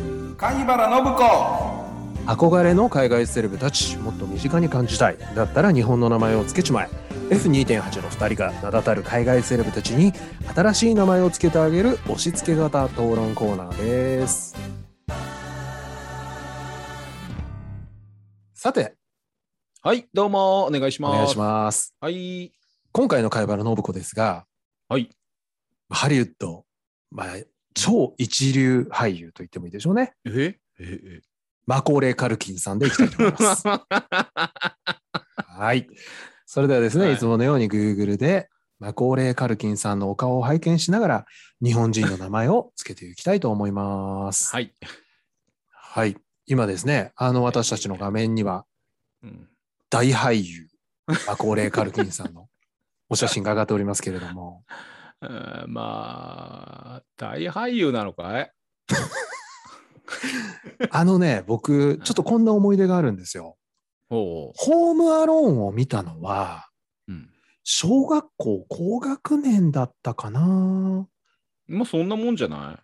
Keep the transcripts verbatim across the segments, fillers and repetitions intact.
貝原信子。 憧れの海外セレブたち、もっと身近に感じたい。だったら日本の名前を付けちまえ。 エフにてんはち のふたりが名だたる海外セレブたちに新しい名前を付けてあげる押し付け型討論コーナーです。さて、 はい、どうもお願いします。 お願いします。 はい。 今回の貝原信子ですが、 はい。 ハリウッド、まあ、超一流俳優と言ってもいいでしょうね。 えええマコーレー・カルキンさんでいきたいと思います。はい。それではですね、はい、いつものように Google でマコーレー・カルキンさんのお顔を拝見しながら日本人の名前をつけていきたいと思います。 はい。 はい。今ですね、あの私たちの画面には大俳優マコーレー・カルキンさんのお写真が上がっておりますけれども。 まあ、大俳優なのかい？ あのね、僕、ちょっとこんな思い出があるんですよ。 ホームアローンを見たのは、 うん、 小学校高学年だったかな。 まあそんなもんじゃない、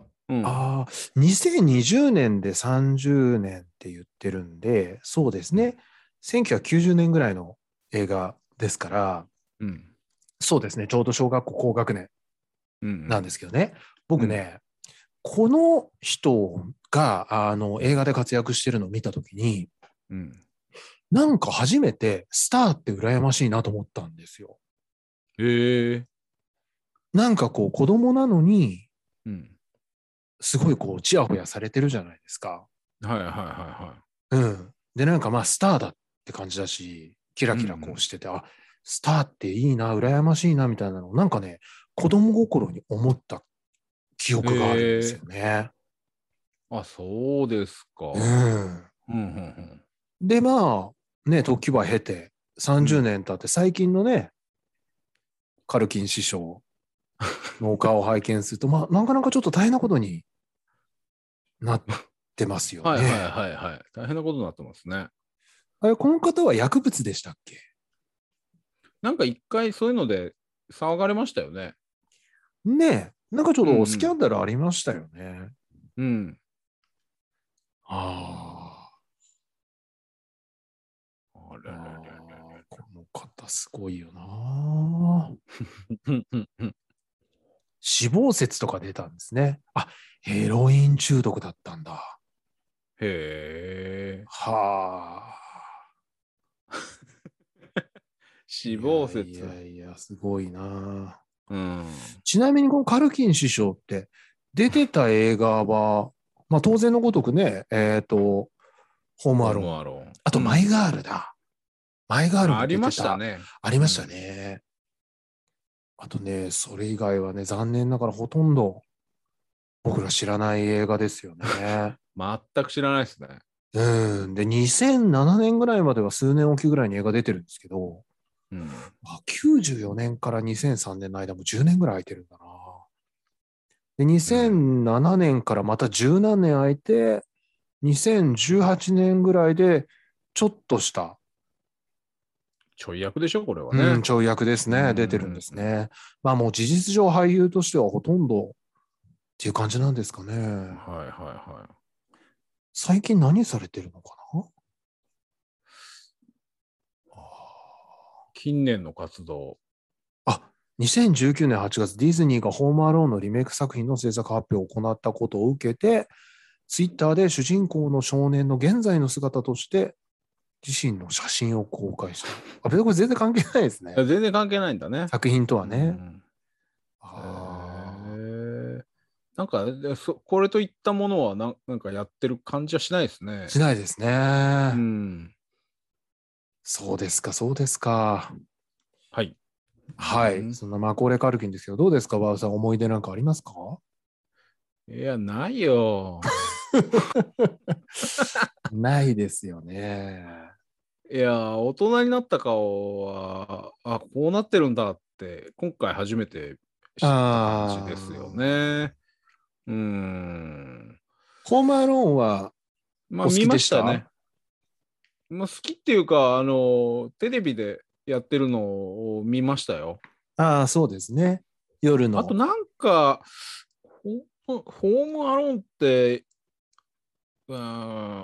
うん、 ああ、にせんにじゅうねんでさんじゅうねんって言ってるんで、そうですね。せんきゅうひゃくきゅうじゅうねんぐらいの映画ですから、 うん、 そうですね。ちょうど小学校高学年なんですけどね。うんうん、僕ね、うん、この人があの映画で活躍してるのを見たときに、うん、なんか初めてスターって羨ましいなと思ったんですよ。 へえ。 なんかこう子供なのに、 うん、 すごいこうチヤホヤされてるじゃないですか。 はいはいはいはい。 うん。でなんかまあスターだって感じだし、キラキラこうしてて、うんうん、あ、スターっていいな、羨ましいなみたいなのをなんかね、子供心に思った記憶があるんですよね。 あ、そうですか。 うん。うんうんうん、でまあね、時は経てさんじゅうねん経って最近のね、うん、カルキン師匠のお顔を拝見すると、まあなかなかちょっと大変なことになってますよね。 はいはいはいはい。大変なことになってますね。 あれ、この方は薬物でしたっけ？ なんか一回そういうので騒がれましたよね。 ねえ。なんかちょっとスキャンダルありましたよね。 うん、うん。 ああ。あれれれれれ。この方すごいよな。死亡説とか出たんですね。あ、ヘロイン中毒だったんだ。 へえ。 はあ。 死亡説。 いやいやいや、すごいな。 うん、 ちなみにこのカルキン師匠って出てた映画は、まあ当然のごとくね、えっと、ホームアローン。アローンあと、マイガールだ。うん、マイガールも出てた。ありましたね。ありましたね。うん、あとね、それ以外はね、残念ながらほとんど僕ら知らない映画ですよね。 全く知らないですね。 うん。で、にせんななねんぐらいまでは数年おきぐらいに映画出てるんですけど、うん、あきゅうじゅうよねんからにせんさんねんの間もじゅうねんぐらい空いてるんだな。で、にせんななねんからまた十何年空いて、にせんじゅうはちねんぐらいでちょっとしたちょい役でしょこれはね。 うん、ちょい役ですね。出てるんですね。まあもう事実上俳優としてはほとんどっていう感じなんですかね。はいはいはい。最近何されてるのかな？ 近年の活動。 あ、にせんじゅうきゅうねんはちがつ、ディズニーがホームアローンのリメイク作品の制作発表を行ったことを受けて、ツイッターで主人公の少年の現在の姿として自身の写真を公開した。あ、別にこれ全然関係ないですね。 全然関係ないんだね。 作品とはね。うん、 あーなんかそこれといったものはななんかやってる感じはしないですね。 しないですね。 うん。 そうですか、そうですか。 はい。 はい。うん、そんなマコーレー・カルキンですけど、どうですか、バウさん、思い出なんかありますか？いや、ないよ。 ないですよね。 いや、大人になった顔は、あ、こうなってるんだって、今回初めて知った感じですよね。うん。 ホームアローンはお好きでした？まあ、見ましたね。 まあ、好きっていうか、あの、テレビでやってるのを見ましたよ。 ああ、そうですね。夜の。 あとなんか、ホームホームアローンって、うん、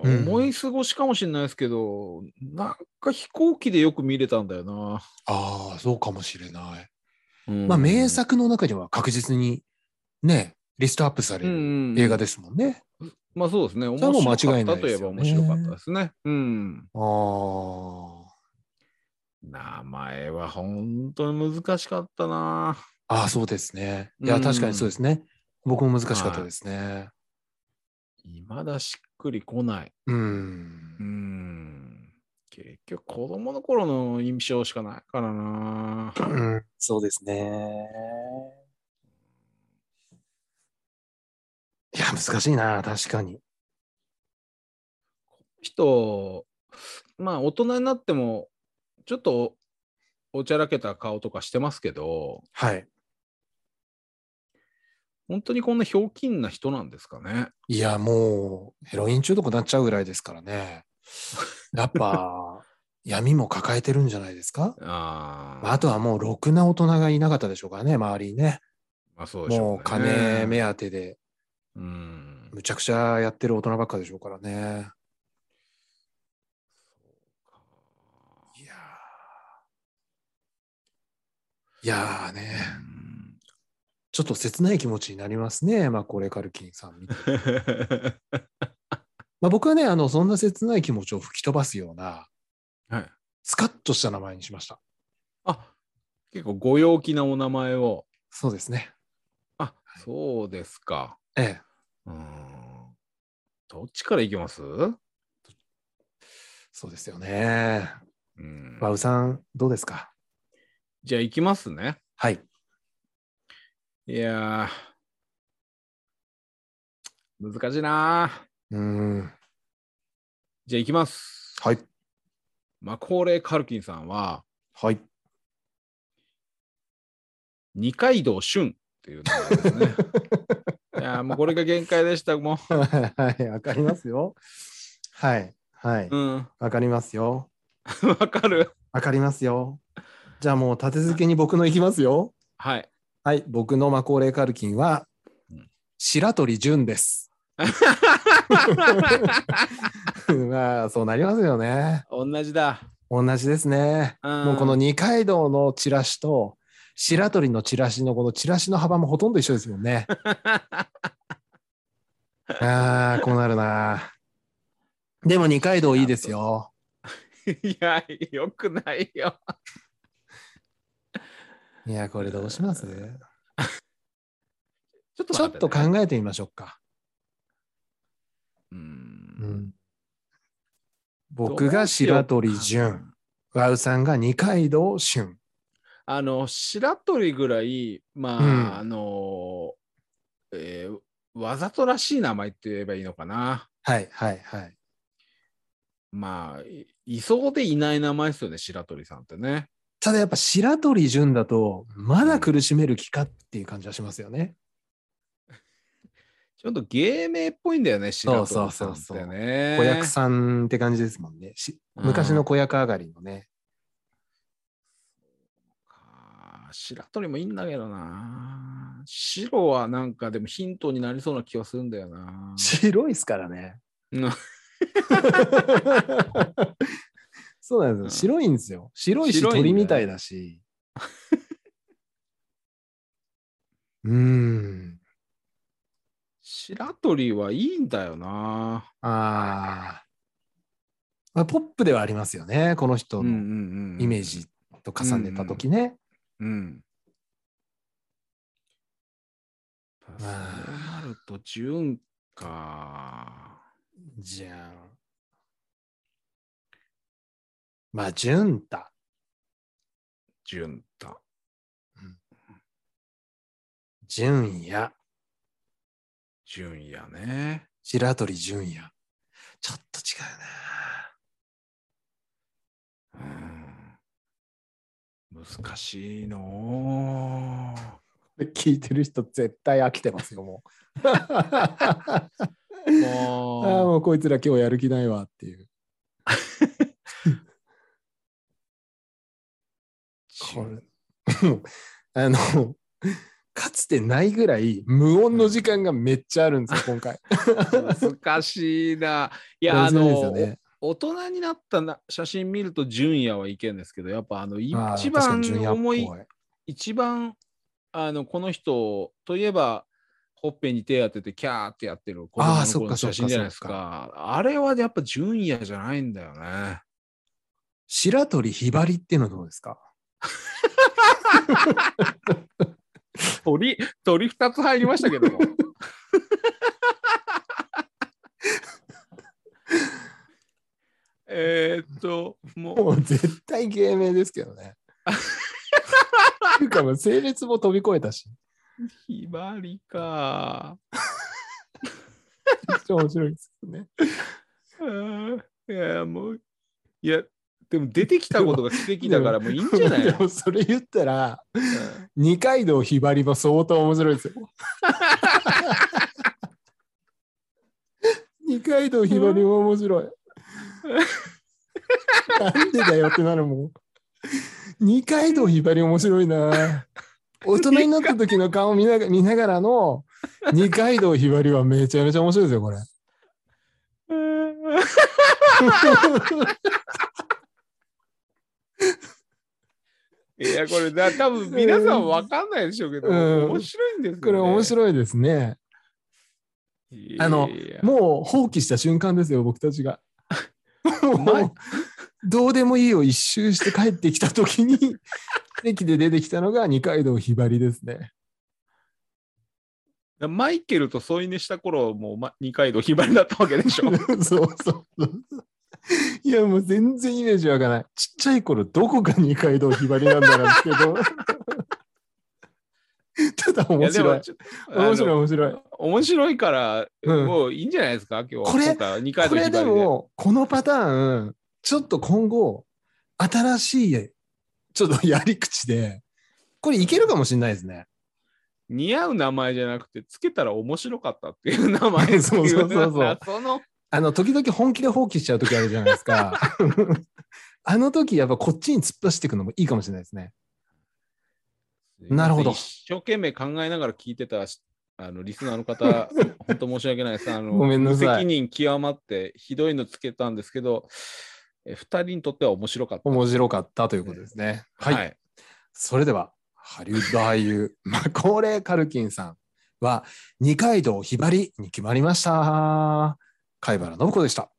うん思い過ごしかもしれないですけど、なんか飛行機でよく見れたんだよな。 ああ、そうかもしれない。 うんまあ、名作の中には確実にね、リストアップされうんうんるうん映画ですもんね。 まあそうですね。 それはもう間面白かったといえ違いないですよば面白かったね。 ですね。うん。 ああ。 名前は本当に難しかったな。 ああ、そうですね。いうや、確かにそうでん。 すね。僕も難しかったはですね。 い。未だしっくりこない。 う。 うんん。結局子供の頃の印象しかないからな。 うん、そうですね。いや、難しいな、確かに。 人、まあ大人になってもちょっとおちゃらけた顔とかしてますけど、 はい。 本当にこんなひょうきんな人なんですかね。 いや、もう、ヘロイン中毒になっちゃうぐらいですからね。やっぱ、闇も抱えてるんじゃないですか。 あまあ、あとはもう、ろくな大人がいなかったでしょうからね、周りにね。 まあそうでしょうもう、金目ね。 当てで、 うん。 むちゃくちゃやってる大人ばっかでしょうからね。いやー、いやーね、 うんちょっと切ない気持ちになりますね、マコーレー・カルキンさん見て。まあ、僕はね、あの、そんな切ない気持ちを吹き飛ばすような、 はい。 スカッとした名前にしました。 あ、結構ご陽気なお名前を。 そうですね。 あ、そうですか。 ええ。 うん。どっちからいきます？ そうですよね。 うん。 バウさん、どうですか？ じゃあいきますね。 はい。 いやー、難しいなー。 うーん。 じゃあいきます。 はい。 マコーレー・カルキンさんは、 はい。 二階堂俊っていう名前ですね。いやー、もうこれが限界でした、もはい。わかりますよ。はい。はい。 う。うん。 わかりますよ。 わかる。 わかりますよ。じゃあもう立て続けに僕のいきますよ。 はい。 はい。僕のマコーレー・カルキンは、 うん白鳥純です。まあ、そうなりますよね。 同じだ。 同じですね。 うんもうこの二階堂のチラシと、白鳥のチラシのこのチラシの幅もほとんど一緒ですもんね。ああ、こうなるな。でも二階堂いいですよ。 いや、よくないよ。 いや、これどうします？ ちょっとちょっと待ってね。 考えてみましょうか。 ううんん。 ん、僕が白鳥純、ワウさんが二階堂俊。 あの、白鳥ぐらい、まあ、 うん。 あの、えーわざとらしい名前って言えばいいのかな。 はいはいはい。 まあ、いいそうでいない名前ですよね、白鳥さんってね。 ただやっぱ白鳥純だと、まだ苦しめる気かっていう感じはしますよね。 ちょっと芸名っぽいんだよね、白そうそう鳥さんってそうそう。子役ね。 さんって感じですもんね。し昔のうん。 子役上がりのね。 か白鳥もいいんだけどな。白はなんかでもヒントになりそうな気がするんだよな。 白いですからね。 うんそうなんですよ。白いんですよ。白いし白い鳥みたいんだよね。 だし。うーん。 白鳥はいいんだよな。 あーまあ。ポップではありますよね。この人のうんうんうんイメージとうん。 重ねたときね。 うんうん。うんまそうなあ、 ると、純か。 じゃあ。まあ、純太。 純太。 純也。 純也ね。 白鳥純也。ちょっと違うん。難しいのうな。聞いてる人絶対飽きてますよ、もう。ああ、 もう。 もうこいつら今日やる気ないわっていう。これ、あの、 かつてないぐらい無音の時間がめっちゃあるんですよ、今回。 難しいな。いや、あの、ね、大人になったな写真見ると純也はいけんですけど、やっぱあの一番重い、一番あのこの人といえば、ほっぺに手当ててキャーってやってる子供の頃の写真じゃないですか。あ, あれはやっぱ純也じゃないんだよね。 白鳥ひばりっていうのはどうですか？ 鳥、鳥二つ入りましたけども。えっと、 もう、もう絶対芸名ですけどね。っていうか、もう性別も飛び越えたし。 ひばりか。 めっちゃ面白いですよね。 いや、もう、いや、でも出てきたことが奇跡だからもういいんじゃない？ でもそれ言ったら、うん、二階堂ひばりも相当面白いですよ。二階堂ひばりも面白い。なんでだよってなるもん。二階堂ひばり面白いな。大人になった時の顔を見ながら、見ながらの二階堂ひばりはめちゃめちゃ面白いですよ、これ。 いや、これだ、多分皆さん分かんないでしょうけど、うん、面白いんですよね。 これ面白いですね。あの、もう放棄した瞬間ですよ、僕たちが。もうどうでもいいを一周して帰ってきたときに、駅で出てきたのが二階堂ひばりですね。 マイケルと添い寝した頃、もう、ま、二階堂ひばりだったわけでしょ。 そうそうそう。いや、もう全然イメージわかない。ちっちゃい頃、どこが二階堂ひばりなんだろうけど。ただ面白い。面白い、面白い。 面白いから、うん、もういいんじゃないですか、今日。 これ、これでも、このパターン、ちょっと今後、新しい、ちょっとやり口で、これいけるかもしれないですね。 似合う名前じゃなくて、つけたら面白かったっていう名前。 そうそうそうそう。そのあの、時々本気で放棄しちゃう時あるじゃないですか。あの時、やっぱこっちに突っ走っていくのもいいかもしれないですね。なるほど。 一生懸命考えながら聞いてたあのリスナーの方、本当申し訳ないです。あのごめんなさい。 無責任極まってひどいのつけたんですけど、えふたりにとっては面白かった。 面白かったということですね。はい。はい、それでは、ハリウッド俳優、マコーレー・カルキンさんは二階堂ひばりに決まりました。貝原信子でした。